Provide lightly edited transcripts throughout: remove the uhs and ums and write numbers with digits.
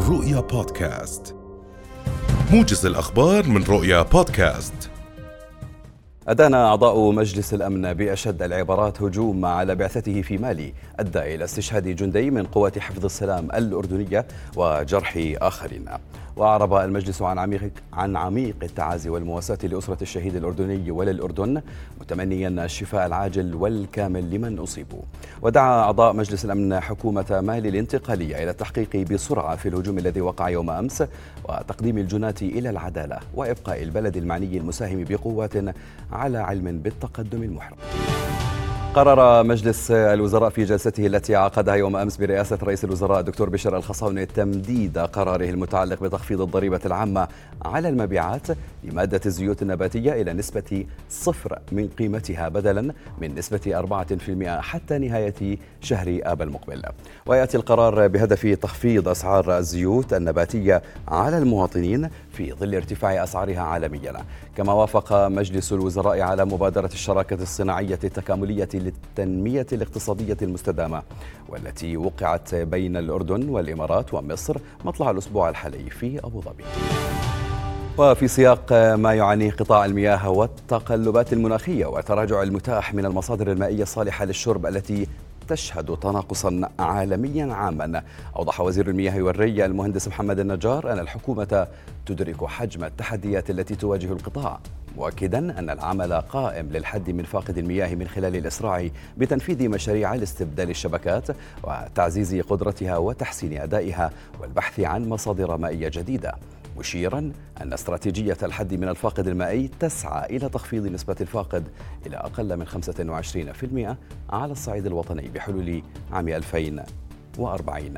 رؤيا بودكاست، موجز الأخبار من رؤيا بودكاست. أدان أعضاء مجلس الأمن بأشد العبارات هجوم على بعثته في مالي أدى إلى استشهاد جندي من قوات حفظ السلام الأردنية وجرح آخرين. وأعرب المجلس عن عميق التعازي والمواساة لأسرة الشهيد الأردني وللأردن، متمنيا الشفاء العاجل والكامل لمن أصيبوا. ودعا أعضاء مجلس الأمن حكومة مالي الانتقالية إلى التحقيق بسرعة في الهجوم الذي وقع يوم أمس، وتقديم الجناة إلى العدالة، وإبقاء البلد المعني المساهم بقوات على علم بالتقدم المحرم. قرر مجلس الوزراء في جلسته التي عقدها يوم أمس برئاسة رئيس الوزراء الدكتور بشر الخصاوني تمديد قراره المتعلق بتخفيض الضريبة العامة على المبيعات لمادة الزيوت النباتية إلى نسبة 0 من قيمتها بدلا من نسبة 4% حتى نهاية شهر آب المقبل. ويأتي القرار بهدف تخفيض أسعار الزيوت النباتية على المواطنين في ظل ارتفاع أسعارها عالميا. كما وافق مجلس الوزراء على مبادرة الشراكة الصناعية التكاملية للتنمية الاقتصادية المستدامة، والتي وقعت بين الأردن والإمارات ومصر مطلع الأسبوع الحالي في أبو ظبي. وفي سياق ما يعانيه قطاع المياه والتقلبات المناخية وتراجع المتاح من المصادر المائية الصالحة للشرب التي تشهد تناقصا عالميا عاما، أوضح وزير المياه والري المهندس محمد النجار أن الحكومة تدرك حجم التحديات التي تواجه القطاع، مؤكدا أن العمل قائم للحد من فاقد المياه من خلال الإسراع بتنفيذ مشاريع لاستبدال الشبكات وتعزيز قدرتها وتحسين أدائها والبحث عن مصادر مائية جديدة، مشيرا أن استراتيجية الحد من الفاقد المائي تسعى إلى تخفيض نسبة الفاقد إلى أقل من 25% على الصعيد الوطني بحلول عام 2040.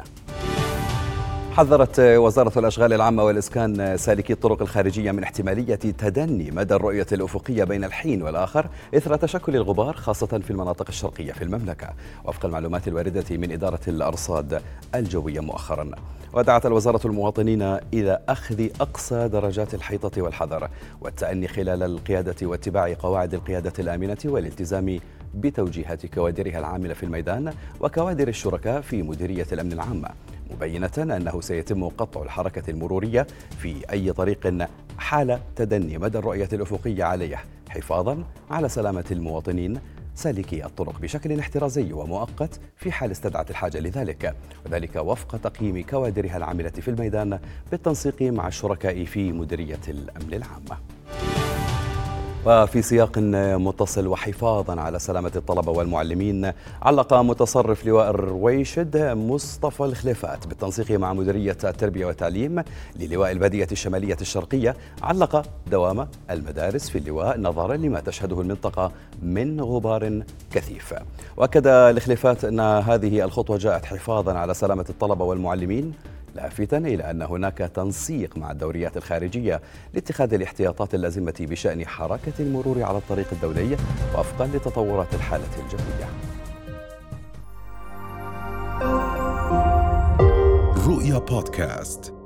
حذرت وزارة الأشغال العامة والإسكان سالكي الطرق الخارجية من احتمالية تدني مدى الرؤية الأفقية بين الحين والآخر إثر تشكل الغبار خاصة في المناطق الشرقية في المملكة، وفق المعلومات الواردة من إدارة الأرصاد الجوية مؤخرا. ودعت الوزارة المواطنين إلى أخذ أقصى درجات الحيطة والحذر والتأني خلال القيادة واتباع قواعد القيادة الآمنة والالتزام بتوجيهات كوادرها العاملة في الميدان وكوادر الشركاء في مديرية الأمن العامة، مبينة أنه سيتم قطع الحركة المرورية في أي طريق حال تدني مدى الرؤية الأفقية عليه، حفاظا على سلامة المواطنين سالكي الطرق بشكل احترازي ومؤقت في حال استدعت الحاجة لذلك، وذلك وفق تقييم كوادرها العاملة في الميدان بالتنسيق مع الشركاء في مديرية الأمن العامة. وفي سياق متصل وحفاظا على سلامة الطلبة والمعلمين، علق متصرف لواء الرويشد مصطفى الخليفات بالتنسيق مع مديرية التربية والتعليم للواء البادية الشمالية الشرقية علق دوام المدارس في اللواء نظرا لما تشهده المنطقة من غبار كثيف. وأكد الخليفات أن هذه الخطوة جاءت حفاظا على سلامة الطلبة والمعلمين، لافتا إلى أن هناك تنسيق مع الدوريات الخارجية لاتخاذ الاحتياطات اللازمة بشأن حركة المرور على الطريق الدولي وفقا لتطورات الحالة الجوية. رؤيا بودكاست.